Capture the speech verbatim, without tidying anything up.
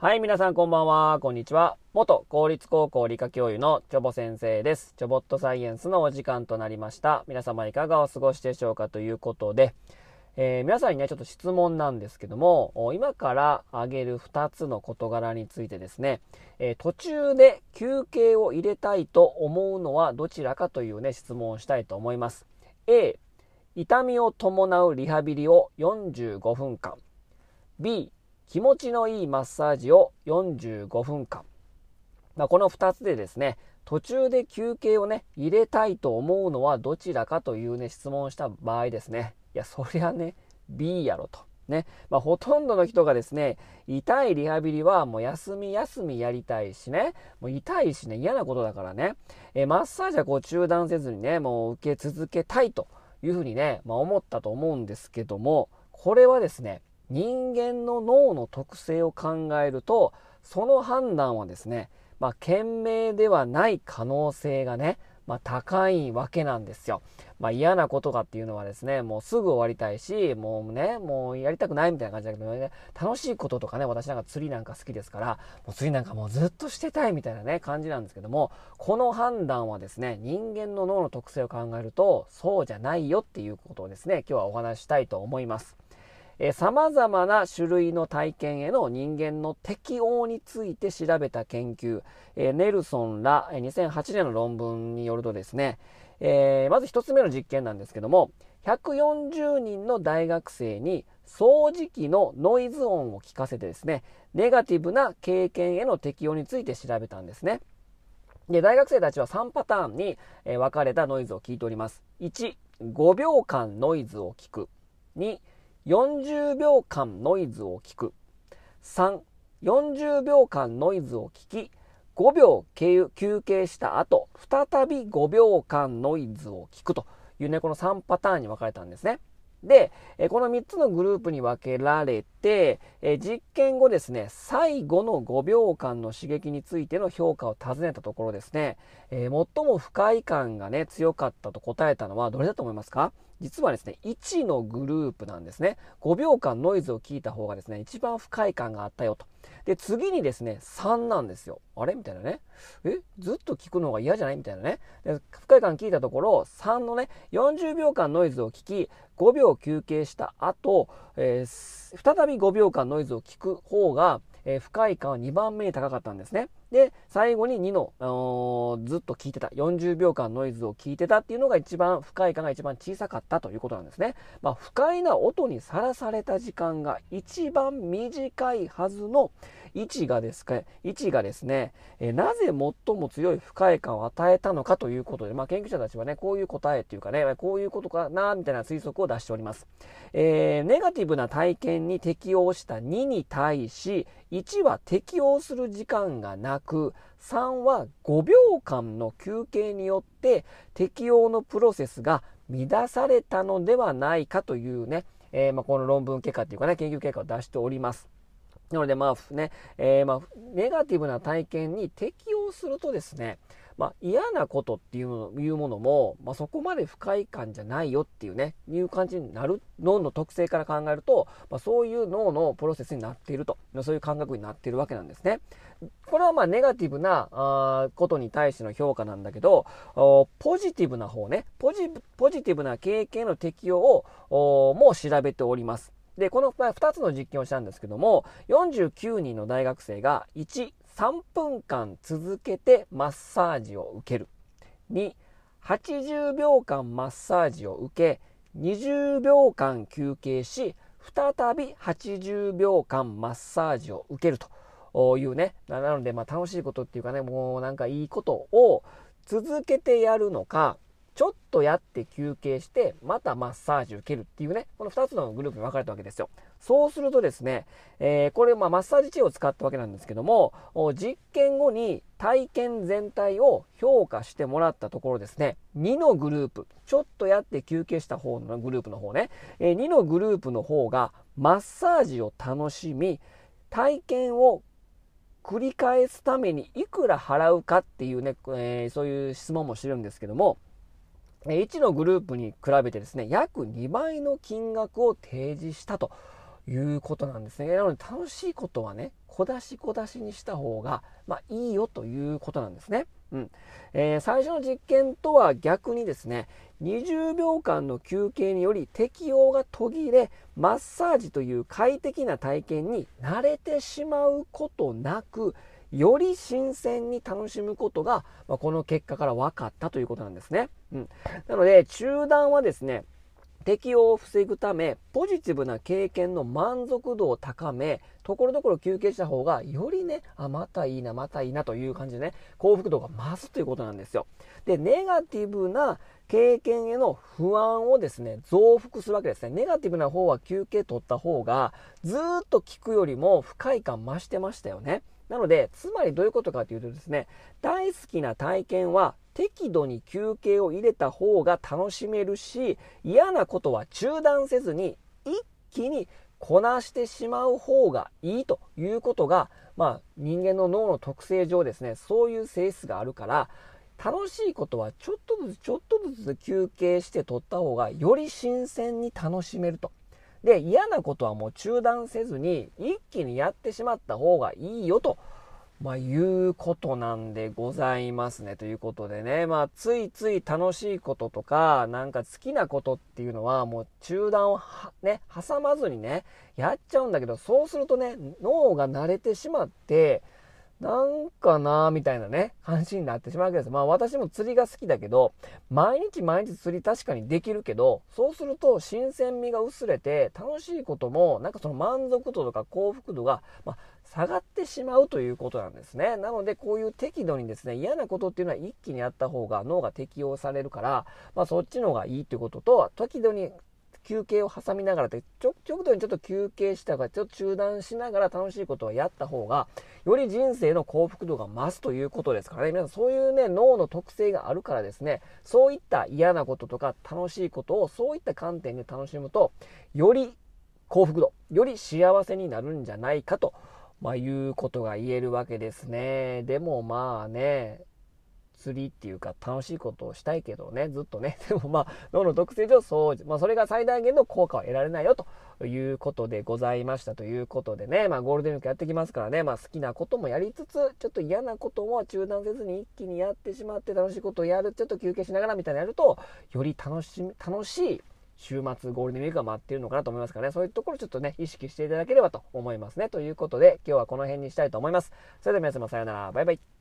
はい、皆さんこんばんは、こんにちは。元公立高校理科教諭のチョボ先生です。チョボットサイエンスのお時間となりました。皆様いかがお過ごしでしょうかということで、えー、皆さんにね、ちょっと質問なんですけども、今から挙げるふたつの事柄についてですね、えー、途中で休憩を入れたいと思うのはどちらかというね、質問をしたいと思います。A、痛みを伴うリハビリをよんじゅうごふんかん。B、気持ちのいいマッサージをよんじゅうごふんかん。まあ、このふたつでですね、途中で休憩をね、入れたいと思うのはどちらかというね、質問をした場合ですね。いや、そりゃね、B やろと。ね。まあ、ほとんどの人がですね、痛いリハビリはもう休み休みやりたいしね、もう痛いしね、嫌なことだからね、えマッサージはこう中断せずにね、もう受け続けたいというふうにね、まあ、思ったと思うんですけども、これはですね、人間の脳の特性を考えると、その判断はですね、まあ、賢明ではない可能性がね、まあ、高いわけなんですよ。まあ、嫌なことかっていうのはですね、もうすぐ終わりたいし、もうね、もうやりたくないみたいな感じだけどね、楽しいこととかね、私なんか釣りなんか好きですから、もう釣りなんかもうずっとしてたいみたいなね、感じなんですけども、この判断はですね、人間の脳の特性を考えると、そうじゃないよっていうことをですね、今日はお話ししたいと思います。さまざまな種類の体験への人間の適応について調べた研究、えー、ネルソンらにせんはちねんの論文によるとですね、えー、まず一つ目の実験なんですけども、ひゃくよんじゅうにんの大学生に掃除機のノイズ音を聞かせてですね、ネガティブな経験への適応について調べたんですね。で、大学生たちはさんパターンに分かれたノイズを聞いております。いち、ごびょうかんノイズを聞く。に、よんじゅうびょうかんノイズを聞く。さん、よんじゅうびょうかんノイズを聞き、ごびょう休憩した後、再びごびょうかんノイズを聞くというね、このさんパターンに分かれたんですね。で、このみっつのグループに分けられて、実験後ですね、最後のごびょうかんの刺激についての評価を尋ねたところですね、最も不快感がね、強かったと答えたのはどれだと思いますか？実はですね、いちのグループなんですね。ごびょうかんノイズを聞いた方がですね、一番不快感があったよと。で、次にですね、さんなんですよ。あれみたいなね。えずっと聞くのが嫌じゃないみたいなね。で、不快感聞いたところ、さんのね、よんじゅうびょうかんノイズを聞き、ごびょう休憩した後、えー、再びごびょうかんノイズを聞く方が、えー、不快感はにばんめに高かったんですね。で、最後ににの、ずっと聞いてた、よんじゅうびょうかんノイズを聞いてたっていうのが一番、不快感が一番小さかったということなんですね。まあ、不快な音にさらされた時間が一番短いはずのいちがですか、いちがですね、えー、なぜ最も強い不快感を与えたのかということで、まあ、研究者たちはね、こういう答えっていうかね、こういうことかな、みたいな推測を出しております。えー、ネガティブな体験に適応したにに対し、いちは適応する時間がなく、さんはごびょうかんの休憩によって適応のプロセスが乱されたのではないかというね、えー、まあこの論文結果っていうかね、研究結果を出しております。なのでまあね、えー、まあネガティブな体験に適応するとですね、まあ、嫌なことっていうのいうものも、まあ、そこまで不快感じゃないよっていうね、いう感じになる、脳の特性から考えると、まあ、そういう脳のプロセスになっていると、そういう感覚になっているわけなんですね。これはまあネガティブなあことに対しての評価なんだけど、ポジティブな方ね、ポジ、ポジティブな経験の適用をも調べております。で、このふたつの実験をしたんですけども、よんじゅうきゅうにんの大学生がいち、さんぷんかん続けてマッサージを受ける。に、はちじゅうびょうかんマッサージを受け、にじゅうびょうかん休憩し、再びはちじゅうびょうかんマッサージを受けるというね。なので、まあ楽しいことっていうかね、もうなんかいいことを続けてやるのか、ちょっとやって休憩して、またマッサージを受けるっていうね、このふたつのグループに分かれたわけですよ。そうするとですね、えー、これ、まあ、マッサージチェーを使ったわけなんですけども、実験後に体験全体を評価してもらったところですね、にのグループ、ちょっとやって休憩した方のグループの方ね、えー、にのグループの方がマッサージを楽しみ、体験を繰り返すためにいくら払うかっていうね、えー、そういう質問もしてるんですけども、いちのグループに比べてですね、約にばいの金額を提示したということなんですね。なので楽しいことはね、小出し小出しにした方が、まあ、いいよということなんですね。うんえー、最初の実験とは逆にですね、にじゅうびょうかんの休憩により適応が途切れ、マッサージという快適な体験に慣れてしまうことなく、より新鮮に楽しむことが、まあ、この結果から分かったということなんですね。うん、なので中断はですね、適応を防ぐため、ポジティブな経験の満足度を高め、ところどころ休憩した方が、よりね、あ、またいいな、またいいなという感じでね、幸福度が増すということなんですよ。で、ネガティブな経験への不安をですね、増幅するわけですね。ネガティブな方は休憩取った方が、ずーっと聞くよりも不快感増してましたよね。なので、つまりどういうことかというとですね、大好きな体験は適度に休憩を入れた方が楽しめるし、嫌なことは中断せずに一気にこなしてしまう方がいいということが、まあ人間の脳の特性上ですね、そういう性質があるから、楽しいことはちょっとずつちょっとずつ休憩して取った方がより新鮮に楽しめると。で、嫌なことはもう中断せずに一気にやってしまった方がいいよと、まあ、いうことなんでございますね。ということでね、まあ、ついつい楽しいこととか、なんか好きなことっていうのはもう中断をね、挟まずにね、やっちゃうんだけど、そうするとね、脳が慣れてしまって、なんかなーみたいなね、感じになってしまうわけです。まあ私も釣りが好きだけど、毎日毎日釣り確かにできるけど、そうすると新鮮味が薄れて、楽しいことも、なんかその満足度とか幸福度が、まあ、下がってしまうということなんですね。なのでこういう適度にですね、嫌なことっていうのは一気にやった方が脳が適応されるから、まあそっちの方がいいということと、適度に休憩を挟みながらって、ちょ、極度にちょっと休憩したか、ちょっと中断しながら楽しいことをやった方が、より人生の幸福度が増すということですからね。皆さんそういうね、脳の特性があるからですね、そういった嫌なこととか楽しいことをそういった観点で楽しむと、より幸福度、より幸せになるんじゃないかと、まあ、いうことが言えるわけですね。でもまあね、釣りっていうか楽しいことをしたいけどね、ずっとね。でもまあ、脳の特性上そう、まあそれが最大限の効果は得られないよということでございましたということでね、まあゴールデンウィークやってきますからね、まあ好きなこともやりつつ、ちょっと嫌なことも中断せずに一気にやってしまって楽しいことをやる、ちょっと休憩しながらみたいなやると、より楽しみ、楽しい週末ゴールデンウィークが待っているのかなと思いますからね、そういうところちょっとね、意識していただければと思いますね。ということで、今日はこの辺にしたいと思います。それでは皆様さようなら、バイバイ。